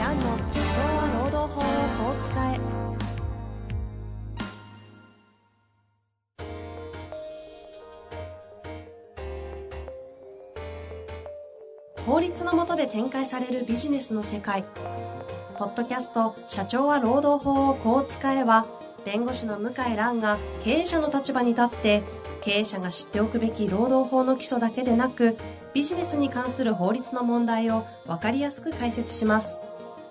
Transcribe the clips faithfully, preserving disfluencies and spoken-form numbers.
蘭の社長は労働法をこう使え。法律の下で展開されるビジネスの世界。ポッドキャスト社長は労働法をこう使えは、弁護士の向井蘭が経営者の立場に立って経営者が知っておくべき労働法の基礎だけでなく、ビジネスに関する法律の問題を分かりやすく解説します。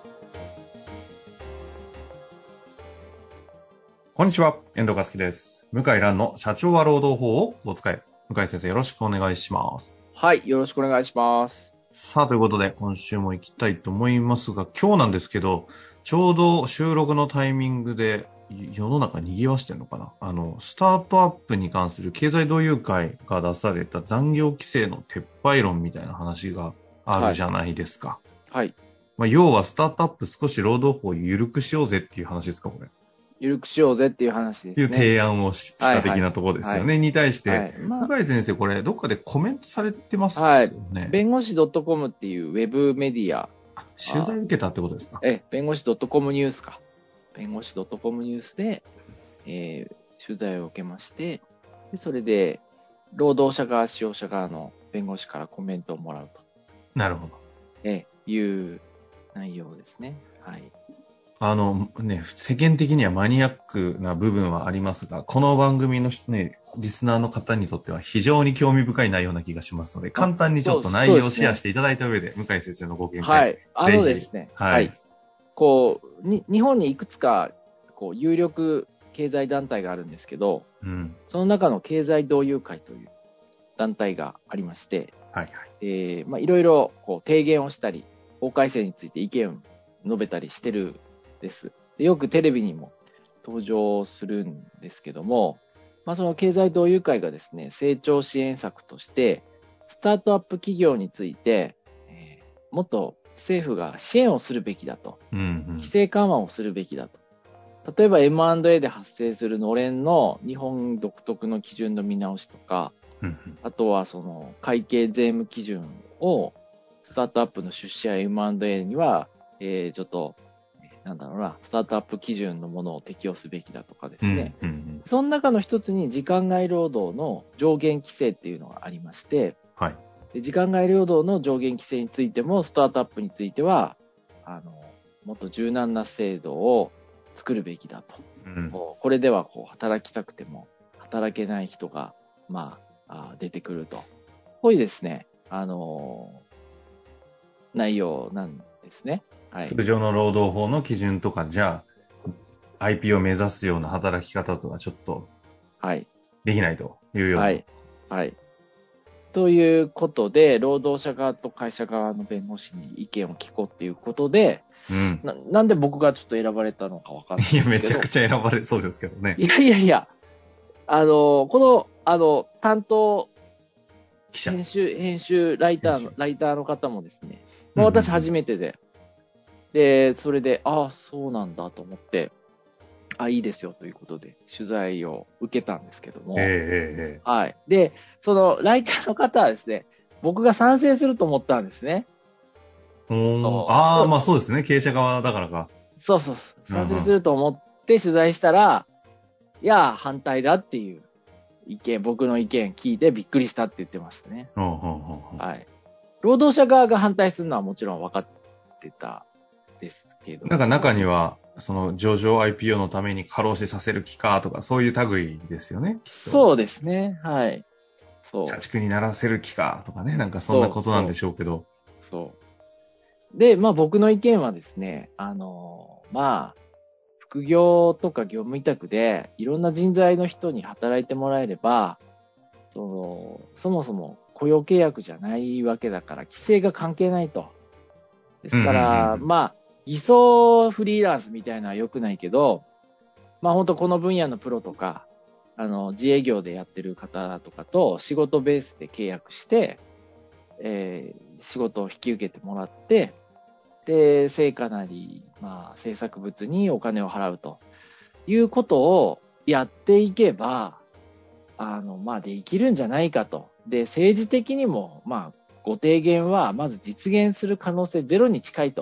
こんにちは、遠藤和樹です。向井蘭の社長は労働法をお使い。向井先生、よろしくお願いします。 はい、よろしくお願いします。 さあ、ということで今週も行きたいと思いますが、今日なんですけど、ちょうど収録のタイミングで世の中賑わしてるのかな、あのスタートアップに関する経済同友会が出された残業規制の撤廃論みたいな話があるじゃないですか。 はい、 まあ、要はスタートアップ少し労働法を緩くしようぜっていう話ですか、これ。 緩くしようぜっていう話ですね。 いう提案を し, した的なところですよね。はいはい、に対して、はいまあ、向井先生、これどっかでコメントされてますよね。はい、 弁護士 .com っていうウェブメディア。 取材受けたってことですか？ え、弁護士 .com ニュースか。弁護士 .com ニュースで、えー、取材を受けまして、でそれで、労働者側、使用者側の弁護士からコメントをもらうと。 なるほど。 え、いう内容ですね。はい。 あのね、世間的にはマニアックな部分はありますが、この番組のね、リスナーの方にとっては非常に興味深い内容な気がしますので、簡単にちょっと内容をシェアしていただいた上で、向井先生のご見解。 はい。あのですね、はい。はい、こうに、日本にいくつか、こう、有力経済団体があるんですけど、うん、その中の経済同友会という団体がありまして、はいはい。えー、まあ、いろいろ、こう、提言をしたり、法改正について意見を述べたりしてるです。でよくテレビにも登場するんですけども、まあ、その経済同友会がですね、成長支援策として、スタートアップ企業について、えー、もっと政府が支援をするべきだと、うんうん、規制緩和をするべきだと。例えば エムアンドエー で発生するのれんの日本独特の基準の見直しとか、うんうん、あとはその会計税務基準をスタートアップの出資や エムアンドエー には、えー、ちょっとなんだろうな、スタートアップ基準のものを適用すべきだとかですね。うんうんうん、その中の一つに時間外労働の上限規制っていうのがありまして、はい、で時間外労働の上限規制についてもスタートアップについては、あの、もっと柔軟な制度を作るべきだと。うん、これではこう働きたくても働けない人が、まあ、あ出てくると。こういうですね、あのー、内容なんですね。 はい、通常の労働法の基準とかじゃあ アイピーオー を目指すような働き方とはちょっとできないというような、 はいはい、ということで労働者側と会社側の弁護士に意見を聞こうっていうことで、うん、な, なんで僕がちょっと選ばれたのかわかんないですけど、 いやめちゃくちゃ選ばれそうですけどね。 いやいやいや、あのこのあの担当編集編集ライターのライターの方もですね、まあ、私初めてで。うんうんうんで、それで、ああ、そうなんだと思って、あ、いいですよということで、取材を受けたんですけども、えー、はい。で、その、ライターの方はですね、僕が賛成すると思ったんですね。 おああ、まあそうですね、経営者側だからか。 そうそうそう。賛成すると思って取材したら、うん、いや、反対だっていう意見、僕の意見聞いてびっくりしたって言ってましたね。はい。労働者側が反対するのはもちろん分かってた。ですけどなんか中にはその上場 アイピーオー のために過労死させる気かとかそういう類ですよね。 そうですね。はい。 そう。社畜にならせる気かとかね、なんかそんなことなんでしょうけど。 そう。そうそうで、まあ僕の意見はですね、あのまあ副業とか業務委託でいろんな人材の人に働いてもらえれば、そのそもそも雇用契約じゃないわけだから規制が関係ないと。ですから、うんうんうん、まあ。偽装フリーランスみたいなのは良くないけど、まあ本当この分野のプロとか、あの、自営業でやってる方とかと仕事ベースで契約して、えー、仕事を引き受けてもらって、で、成果なり、まあ制作物にお金を払うということをやっていけば、あの、まあできるんじゃないかと。で、政治的にも、まあ、ご提言はまず実現する可能性ゼロに近いと。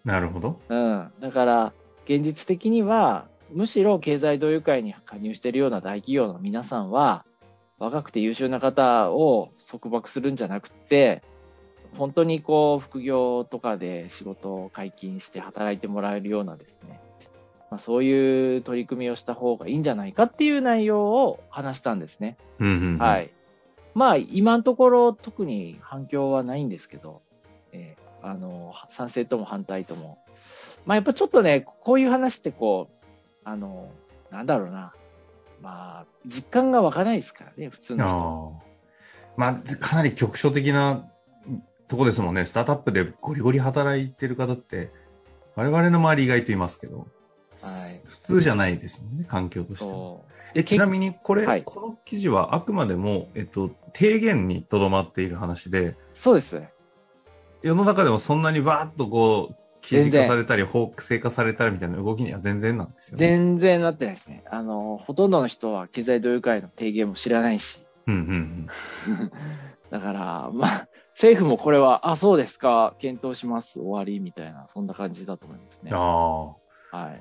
なるほど。 うん。だから、現実的には、むしろ経済同友会に加入しているような大企業の皆さんは、若くて優秀な方を束縛するんじゃなくて、本当にこう、副業とかで仕事を解禁して働いてもらえるようなですね、まあ、そういう取り組みをした方がいいんじゃないかっていう内容を話したんですね。 うんうんうん、 はい。まあ、今のところ特に反響はないんですけど、えー、あの、賛成とも反対とも。まあ、やっぱちょっとね、こういう話ってこう、あの、なんだろうな。まあ、実感が湧かないですからね、普通の人。 あまあ、かなり局所的なとこですもんね。スタートアップでゴリゴリ働いてる方って、我々の周り意外といますけど、はい、普通じゃないですもんね、環境としては。えちなみにこれ、はい、この記事はあくまでも、えっと、提言にとどまっている話で、 そうです。 世の中でもそんなにバーッとこう、記事化されたり、法制化されたりみたいな動きには全然なんですよね。 全然なってないですね。あの、ほとんどの人は経済同友会の提言も知らないし。 うんうんうん。 だから、まあ、政府もこれは、あ、そうですか、検討します、終わりみたいな、そんな感じだと思いますね。 ああ。 はい。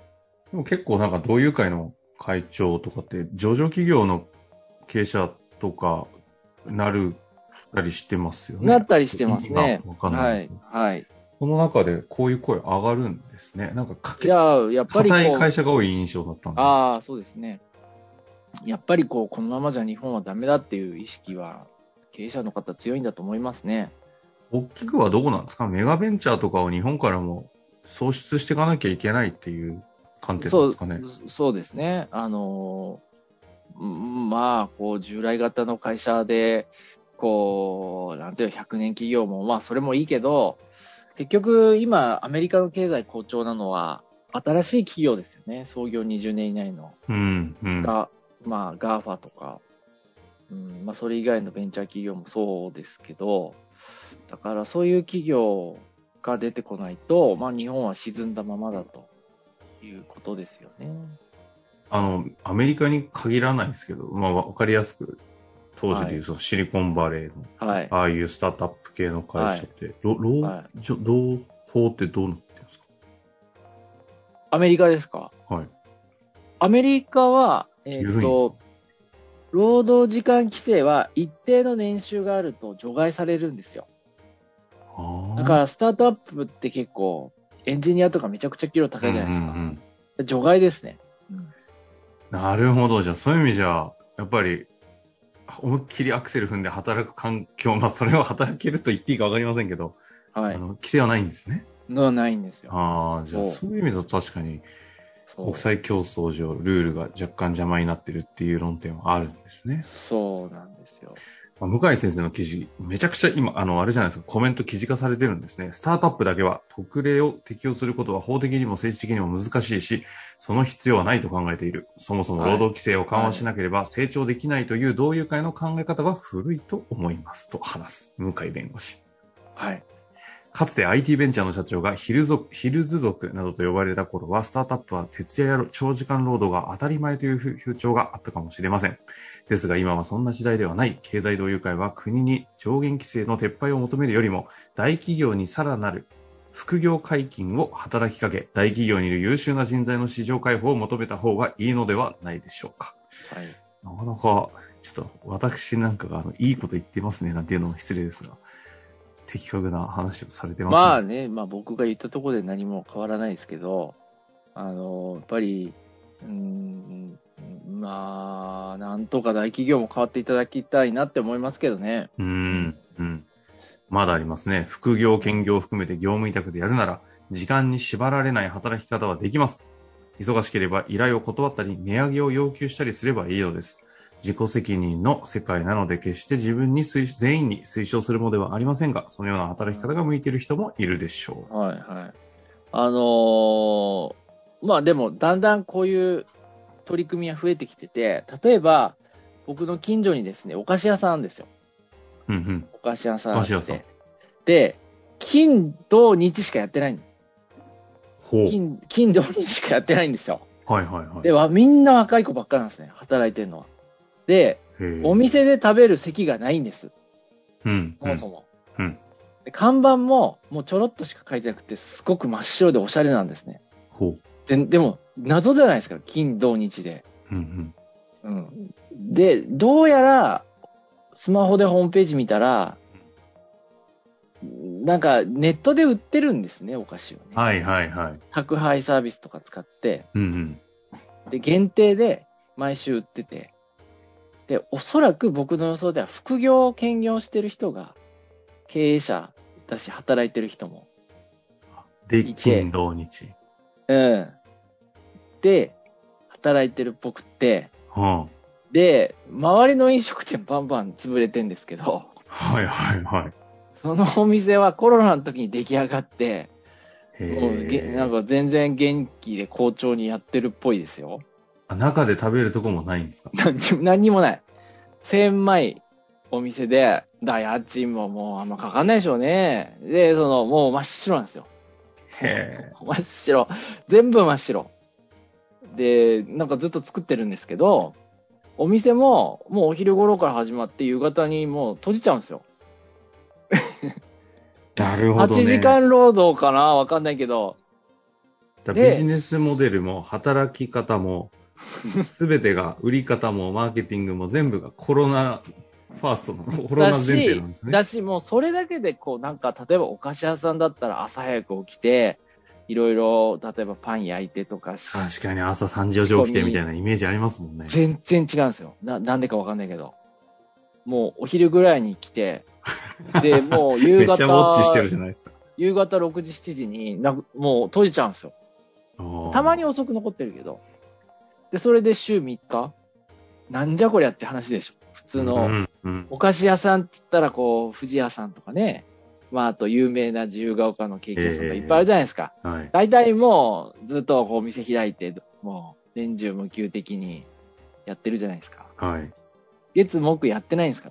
でも結構なんか同友会の会長とかって、上場企業の経営者とかなるたりしてますよね。 なったりしてますね。 わかんないです。 はい。はい。 その中でこういう声上がるんですね。なんかかけ、 いや、やっぱりこう。 硬い会社が多い印象だったんで。 ああ、そうですね。やっぱりこう、このままじゃ日本はダメだっていう意識は、経営者の方強いんだと思いますね。 大きくはどこなんですか？メガベンチャーとかを日本からも創出していかなきゃいけないっていう観点ですかね。 そう、そうですね。あの、まあ、こう、従来型の会社で、こう、なんていうひゃくねん企業も、まあ、それもいいけど、結局、今、アメリカの経済好調なのは、新しい企業ですよね。創業にじゅうねん以内の。 うんうん、 が、まあ、ガーファ とか、うんまあ、それ以外のベンチャー企業もそうですけど、だからそういう企業が出てこないと、まあ、日本は沈んだままだということですよね。 あの、アメリカに限らないですけど、まあ、わかりやすく、当時でいうそのシリコンバレーの、はい、ああいうスタートアップ系の会社って、はい、労働法ってどうなってるんですか？ アメリカですか？ はい。 アメリカは、えー、っと、労働時間規制は一定の年収があると除外されるんですよ。だからスタートアップって結構エンジニアとかめちゃくちゃ給料高いじゃないですか。うんうんうん、除外ですね、うん。 なるほど。じゃあそういう意味じゃ、やっぱり思いっきりアクセル踏んで働く環境、まあそれを働けると言っていいかわかりませんけど、はい、あの規制はないんですね。 のはないんですよ。 ああ、じゃあそういう意味だと確かに国際競争上ルールが若干邪魔になってるっていう論点はあるんですね。 そうなんですよ。 まあ、向井先生の記事、めちゃくちゃ今、あの、あれじゃないですか、コメント記事化されてるんですね。スタートアップだけは特例を適用することは法的にも政治的にも難しいし、その必要はないと考えている。そもそも労働規制を緩和しなければ成長できないという同友会の考え方は古いと思いますと話す。向井弁護士。 はい。 かつて アイティー ベンチャーの社長がヒル族、ヒルズ族などと呼ばれた頃は、スタートアップは徹夜や長時間労働が当たり前という風潮があったかもしれません。ですが今はそんな時代ではない。経済同友会は国に上限規制の撤廃を求めるよりも、大企業にさらなる副業解禁を働きかけ、大企業にいる優秀な人材の市場開放を求めた方がいいのではないでしょうか。 はい。 なかなか、ちょっと私なんかがあのいいこと言ってますねなんていうのも失礼ですが。的確な話をされてますね。 まあね、まあ僕が言ったところで何も変わらないですけど、あの、やっぱり、うーん、まあ、なんとか大企業も変わっていただきたいなって思いますけどね。 うーん、うん。まだありますね。副業、兼業を含めて業務委託でやるなら、時間に縛られない働き方はできます。忙しければ依頼を断ったり、値上げを要求したりすればいいのです。自己責任の世界なので決して自分に全員に推奨するものではありませんが、そのような働き方が向いている人もいるでしょう。 はいはい。あのー、まあでもだんだんこういう取り組みは増えてきてて、例えば僕の近所にですね、お菓子屋さんですよ。 うんうん。 お菓子屋さんあって。 お菓子屋さん。 で、金土日しかやってないの。 ほう。 金、金土日しかやってないんですよ。 はいはいはい。 では、みんな若い子ばっかなんですね、働いてるのは。で、お店で食べる席がないんです。 うん。 そもそも。 うん。 看板ももうちょろっとしか書いてなくて、すごく真っ白でおしゃれなんですね。 ほう。 で、でも、謎じゃないですか。金、土、日で。 うんうん。うん。で、どうやら、スマホでホームページ見たら、なんかネットで売ってるんですね、お菓子をね。 はいはいはい。 宅配サービスとか使って、 うんうん、 で、限定で毎週売ってて、で、おそらく僕の予想では副業、兼業してる人が、経営者だし、働いてる人もで、金、土、日。 うん。で、働いてる僕って、 うん、 で、周りの飲食店バンバン潰れてんですけど、 はいはいはい。 そのお店はコロナの時に出来上がって、 へもうげなんか全然元気で好調にやってるっぽいですよ。 あ、中で食べるとこもないんですか？ 何にも、何にもない。狭いお店で、だ、家賃ももうあんまかかんないでしょうね。で、その、もう真っ白なんですよ。 へ真っ白。全部真っ白。で、なんかずっと作ってるんですけど、お店ももうお昼頃から始まって夕方にもう閉じちゃうんですよ。 なるほどね。 はちじかん労働かなわかんないけど。 だビジネスモデルも働き方も、すべてが売り方もマーケティングも全部がコロナファーストのコロナ前提なんですね。 だし、だしもうそれだけでこうなんか例えばお菓子屋さんだったら朝早く起きて、いろいろ例えばパン焼いてとか。 確かに朝さんじ起きてみたいなイメージありますもんね。 全然違うんですよ。な、なんでかわかんないけど。もうお昼ぐらいに来て、で、もう夕方。 めっちゃウォッチしてるじゃないですか。 夕方ろくじ、しちじになもう閉じちゃうんですよ。たまに遅く残ってるけど。で、それで週みっかなんじゃこりゃって話でしょ。普通のお菓子屋さんって言ったらこう、富士屋さんとかね。まあ、あと有名な自由が丘のケーキ屋さんがいっぱいあるじゃないですか。 えーはい、 大体もうずっとこうお店開いて、もう年中無休的にやってるじゃないですか。 はい。 月木やってないんですから。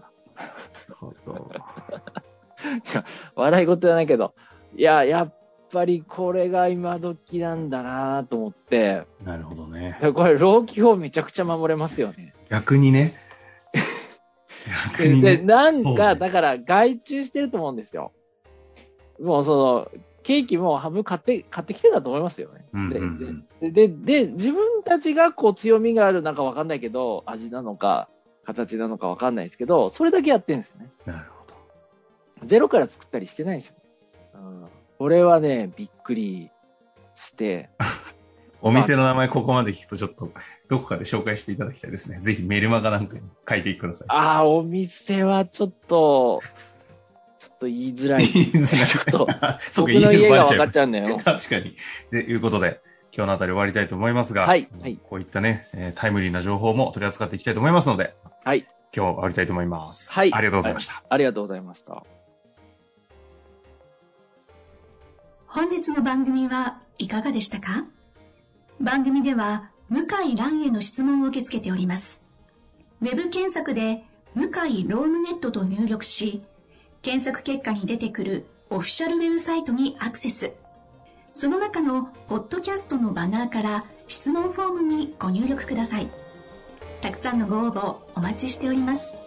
いや、笑い事じゃないけど、いや、やっぱりこれが今時なんだなと思って。 なるほどね。 これ、労基法めちゃくちゃ守れますよね。 逆にね。逆にね。 で、なんか、だから外注してると思うんですよ。もうその、ケーキも半分買って、買ってきてたと思いますよね。 うんうんうんで、で、で、で、自分たちがこう強みがあるなんかわかんないけど、味なのか、形なのかわかんないですけど、それだけやってるんですよね。 なるほど。 ゼロから作ったりしてないですよね。うん、これはね、びっくりして。 お店の名前ここまで聞くとちょっと、どこかで紹介していただきたいですね。ぜひメルマガなんかに書いてください。 ああ、お店はちょっと、ちょっと言いづらい。言いづらい。ちょっと、僕の家が分かっちゃうんだよ。 確かに。ということで、今日のあたり終わりたいと思いますが、 はい。はい。 こういったね、えー、タイムリーな情報も取り扱っていきたいと思いますので、 はい。 今日終わりたいと思います。 はい。 ありがとうございました。 ありがとうございました。 本日の番組はいかがでしたか？番組では向井蘭への質問を受け付けております。ウェブ検索で向井ロームネットと入力し、検索結果に出てくるオフィシャルウェブサイトにアクセス。その中のポッドキャストのバナーから質問フォームにご入力ください。たくさんのご応募お待ちしております。